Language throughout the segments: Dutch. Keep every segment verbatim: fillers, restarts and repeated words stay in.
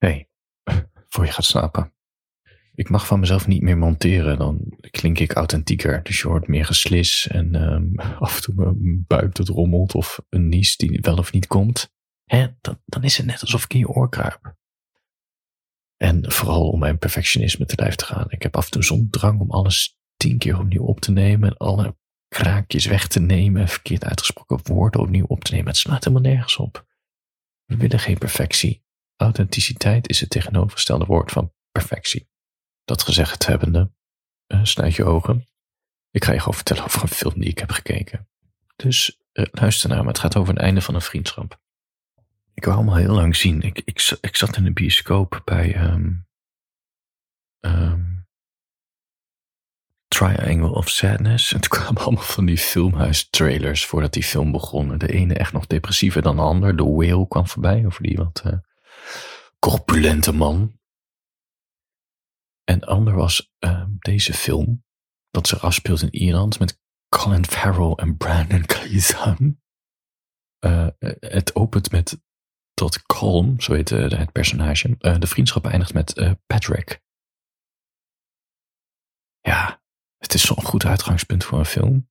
Hey, voor je gaat slapen. Ik mag van mezelf niet meer monteren, dan klink ik authentieker. Dus je hoort meer geslis en um, af en toe mijn buik dat rommelt of een nies die wel of niet komt. Hè, dan, dan is het net alsof ik in je oor kruip. En vooral om mijn perfectionisme te lijf te gaan. Ik heb af en toe zo'n drang om alles tien keer opnieuw op te nemen en alle kraakjes weg te nemen en verkeerd uitgesproken woorden opnieuw op te nemen. Het slaat helemaal nergens op. We willen geen perfectie. Authenticiteit is het tegenovergestelde woord van perfectie. Dat gezegd hebbende, uh, sluit je ogen. Ik ga je gewoon vertellen over een film die ik heb gekeken. Dus uh, luister naar me, het gaat over het einde van een vriendschap. Ik wou hem al heel lang zien. Ik, ik, ik zat in de bioscoop bij um, um, Triangle of Sadness. En toen kwamen allemaal van die filmhuis-trailers voordat die film begon. De ene echt nog depressiever dan de ander. The Whale kwam voorbij over die wat uh, corpulente man. En de ander was uh, deze film, dat zich afspeelt in Ierland met Colin Farrell en Brandon Gleeson. Uh, het opent met dat Colm, zo heet uh, het personage, uh, de vriendschap eindigt met uh, Patrick. Ja, het is zo'n goed uitgangspunt voor een film.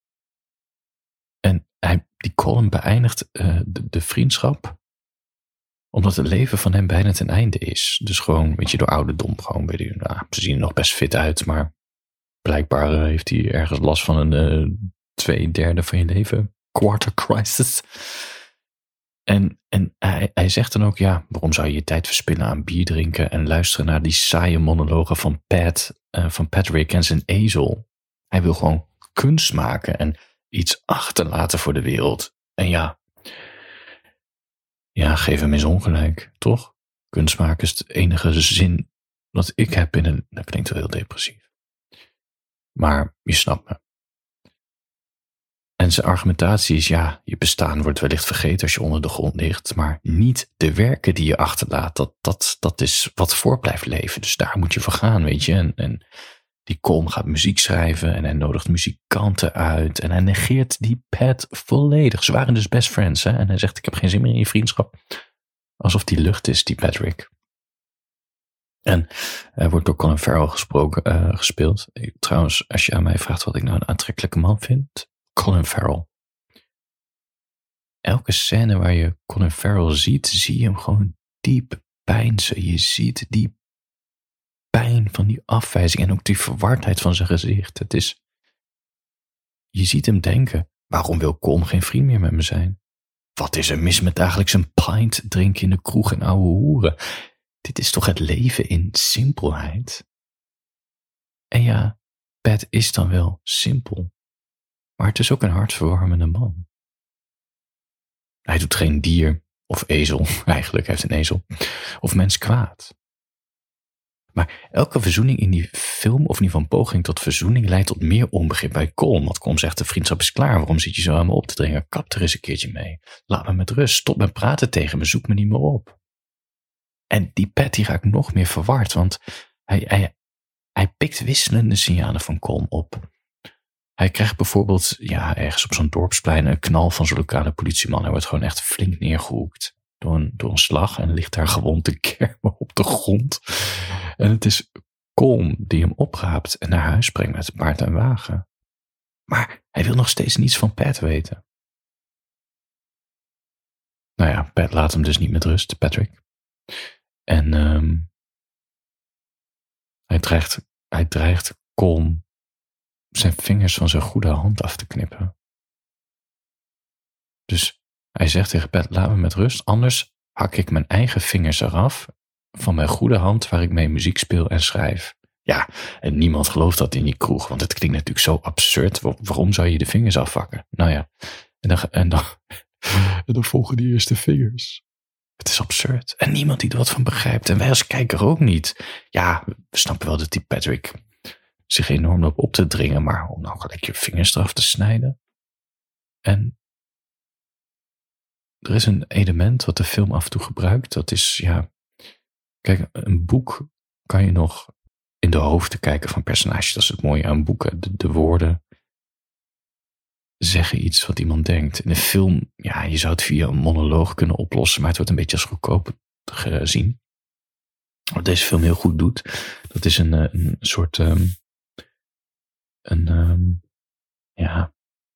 En hij, die Colm beëindigt uh, de, de vriendschap omdat het leven van hem bijna ten einde is. Dus gewoon, weet je, door ouderdom. Gewoon, weet je, nou, ze zien er nog best fit uit, maar blijkbaar uh, heeft hij ergens last van een uh, twee derde van je leven. Quarter crisis. En, en hij, hij zegt dan ook, ja, waarom zou je je tijd verspillen aan bier drinken en luisteren naar die saaie monologen van Pat, uh, van Patrick en zijn ezel. Hij wil gewoon kunst maken en iets achterlaten voor de wereld. En ja, Ja, geef hem eens ongelijk, toch? Kunst maken is het enige zin dat ik heb in een... Dat klinkt wel heel depressief. Maar je snapt me. En zijn argumentatie is, ja, je bestaan wordt wellicht vergeten als je onder de grond ligt, maar niet de werken die je achterlaat. Dat, dat, dat is wat voor blijft leven. Dus daar moet je voor gaan, weet je. En, en die Colm gaat muziek schrijven en hij nodigt muzikanten uit. En hij negeert die Pat volledig. Ze waren dus best friends, hè. En hij zegt, ik heb geen zin meer in je vriendschap. Alsof die lucht is, die Patrick. En hij wordt door Colin Farrell gesproken, uh, gespeeld. Ik, trouwens, als je aan mij vraagt wat ik nou een aantrekkelijke man vind, Colin Farrell. Elke scène waar je Colin Farrell ziet, zie je hem gewoon diep pijnsen. Je ziet die pijn van die afwijzing en ook die verwardheid van zijn gezicht. Het is, je ziet hem denken, waarom wil Colm geen vriend meer met me zijn? Wat is er mis met dagelijks een pint drinken in de kroeg en ouwe hoeren? Dit is toch het leven in simpelheid? En ja, Pat is dan wel simpel, maar het is ook een hartverwarmende man. Hij doet geen dier of ezel, eigenlijk, hij heeft een ezel, of mens kwaad. Maar elke verzoening in die film, of in ieder geval poging tot verzoening, leidt tot meer onbegrip bij Colm. Want Colm zegt, de vriendschap is klaar, waarom zit je zo aan me op te dringen? Kap er eens een keertje mee. Laat me met rust, stop met praten tegen me, zoek me niet meer op. En die Pat die raakt nog meer verward, want hij, hij, hij pikt wisselende signalen van Colm op. Hij krijgt bijvoorbeeld, ja, ergens op zo'n dorpsplein een knal van zo'n lokale politieman. Hij wordt gewoon echt flink neergehoekt door een, door een slag en ligt daar gewond te kermen op de grond. En het is Colm die hem opraapt en naar huis brengt met paard en wagen. Maar hij wil nog steeds niets van Pat weten. Nou ja, Pat laat hem dus niet met rust, Patrick. En um, hij dreigt, hij dreigt Colm zijn vingers van zijn goede hand af te knippen. Dus hij zegt tegen Pat, laat me met rust, anders hak ik mijn eigen vingers eraf van mijn goede hand waar ik mee muziek speel en schrijf. Ja, en niemand gelooft dat in die kroeg, want het klinkt natuurlijk zo absurd. Waarom zou je de vingers afhakken? Nou ja, en dan, en dan, en dan volgen die eerste vingers. Het is absurd. En niemand die er wat van begrijpt. En wij als kijker ook niet. Ja, we snappen wel dat die Patrick zich enorm op op te dringen, maar om nou gelijk je vingers eraf te snijden. En er is een element wat de film af en toe gebruikt. Dat is, ja, kijk, een boek kan je nog in de hoofden kijken van personages. Dat is het mooie aan boeken. De, de woorden zeggen iets wat iemand denkt. In een film, ja, je zou het via een monoloog kunnen oplossen, maar het wordt een beetje als goedkoop gezien. Wat deze film heel goed doet, dat is een, een soort, um, een, um, ja,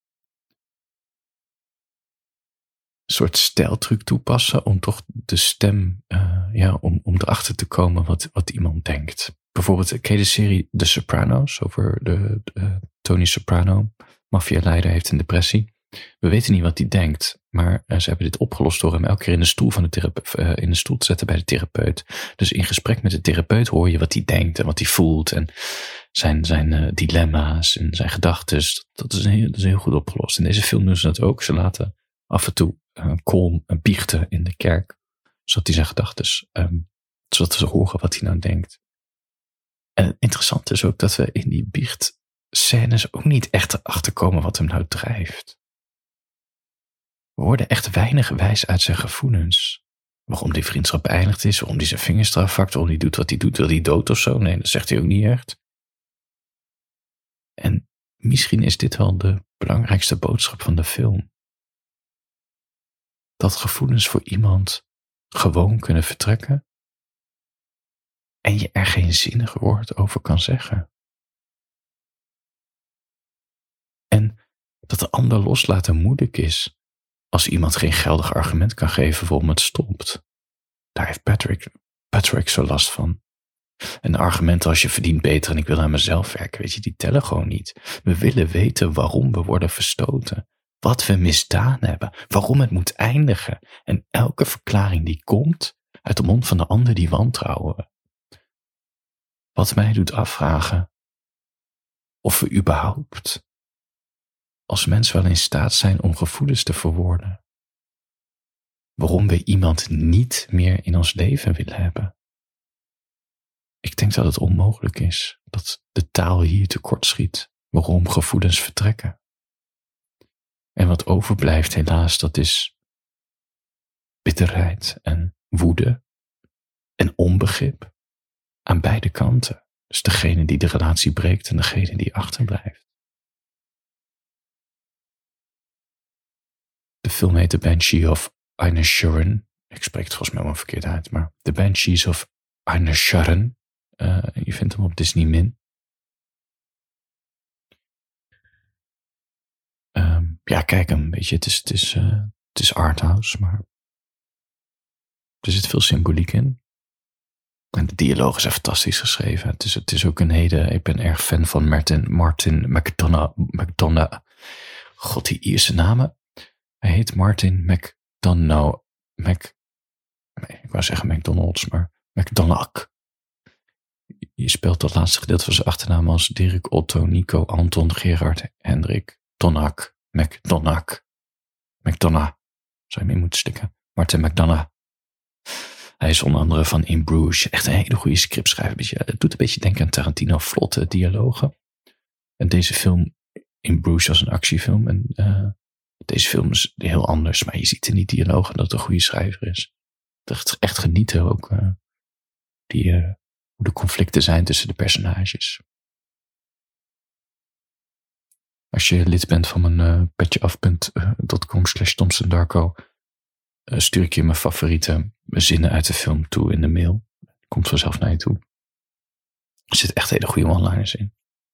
een soort stijltruc toepassen om toch de stem, uh, ja, om, om erachter te komen wat, wat iemand denkt. Bijvoorbeeld, ken je de serie The Sopranos, over de, de Tony Soprano, maffialeider, heeft een depressie. We weten niet wat hij denkt, maar uh, ze hebben dit opgelost door hem elke keer in de stoel van de therapeut, uh, in de stoel te zetten bij de therapeut. Dus in gesprek met de therapeut hoor je wat hij denkt en wat hij voelt en zijn, zijn uh, dilemma's en zijn gedachten. Dat is, heel, dat is heel goed opgelost. In deze film doen ze dat ook. Ze laten af en toe uh, Colm uh, biechten in de kerk, zodat hij zijn gedachten, um, zodat ze horen wat hij nou denkt. En het interessante is ook dat we in die biechtscènes ook niet echt erachter komen wat hem nou drijft. We worden echt weinig wijs uit zijn gevoelens. Waarom die vriendschap beëindigd is, waarom hij zijn vingers eraf hakt, waarom hij doet wat hij doet, wil hij dood of zo? Nee, dat zegt hij ook niet echt. En misschien is dit wel de belangrijkste boodschap van de film. Dat gevoelens voor iemand gewoon kunnen vertrekken en je er geen zinnig woord over kan zeggen. En dat de ander loslaten moeilijk is als iemand geen geldig argument kan geven waarom het stopt. Daar heeft Patrick, Patrick zo last van. En de argumenten als je verdient beter en ik wil aan mezelf werken, weet je, die tellen gewoon niet. We willen weten waarom we worden verstoten. Wat we misdaan hebben. Waarom het moet eindigen. En elke verklaring die komt uit de mond van de ander, die wantrouwen we. Wat mij doet afvragen of we überhaupt als mens wel in staat zijn om gevoelens te verwoorden. Waarom we iemand niet meer in ons leven willen hebben. Ik denk dat het onmogelijk is, dat de taal hier tekort schiet, waarom gevoelens vertrekken. En wat overblijft helaas, dat is bitterheid en woede en onbegrip aan beide kanten. Dus degene die de relatie breekt en degene die achterblijft. De film heet The Banshee of Inisherin. Ik spreek het volgens mij wel verkeerd uit, maar The Banshees of Inisherin. Uh, je vindt hem op Disney Min. Um, ja, kijk hem, weet je, het is, het is, uh, het is arthouse, maar er zit veel symboliek in. En de dialoog is fantastisch geschreven. Het is, het is ook een hele, ik ben erg fan van Martin, Martin McDonagh, McDonagh. God, die Ierse namen. Hij heet Martin McDonagh, Mac, nee, ik wou zeggen McDonald's, maar McDonagh. Je speelt dat laatste gedeelte van zijn achternaam als Dirk, Otto, Nico, Anton, Gerard, Hendrik, Donagh, McDonagh. McDonagh, zou je mee moeten stikken. Martin McDonagh. Hij is onder andere van In Bruges. Echt een hele goede scriptschrijver. Het doet een beetje denken aan Tarantino, vlotte dialogen. En deze film, In Bruges, was een actiefilm. En uh, deze film is heel anders. Maar je ziet in die dialogen dat het een goede schrijver is. Echt, echt genieten ook. Uh, die, uh, hoe de conflicten zijn tussen de personages. Als je lid bent van mijn uh, petjeaf punt com slash Thompson Darko, uh, stuur ik je mijn favoriete zinnen uit de film toe in de mail. Komt vanzelf naar je toe. Er zitten echt hele goede one-liners in.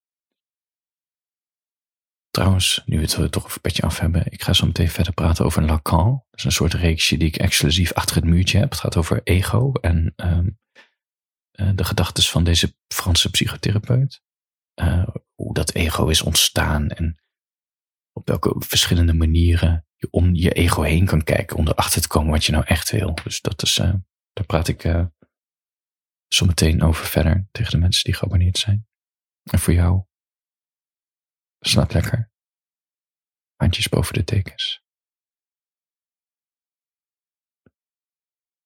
Trouwens, nu we het toch over petje af hebben, ik ga zo meteen verder praten over Lacan. Dat is een soort reeksje die ik exclusief achter het muurtje heb. Het gaat over ego en um, uh, de gedachten van deze Franse psychotherapeut. Uh, hoe dat ego is ontstaan en op welke verschillende manieren je om je ego heen kan kijken om erachter te komen wat je nou echt wil. Dus dat is, uh, daar praat ik uh, zo meteen over verder tegen de mensen die geabonneerd zijn. En voor jou, slaap lekker. Handjes boven de tekens.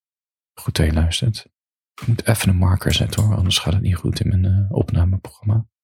Goed dat je luistert. Ik moet even een marker zetten hoor, anders gaat het niet goed in mijn uh, opnameprogramma.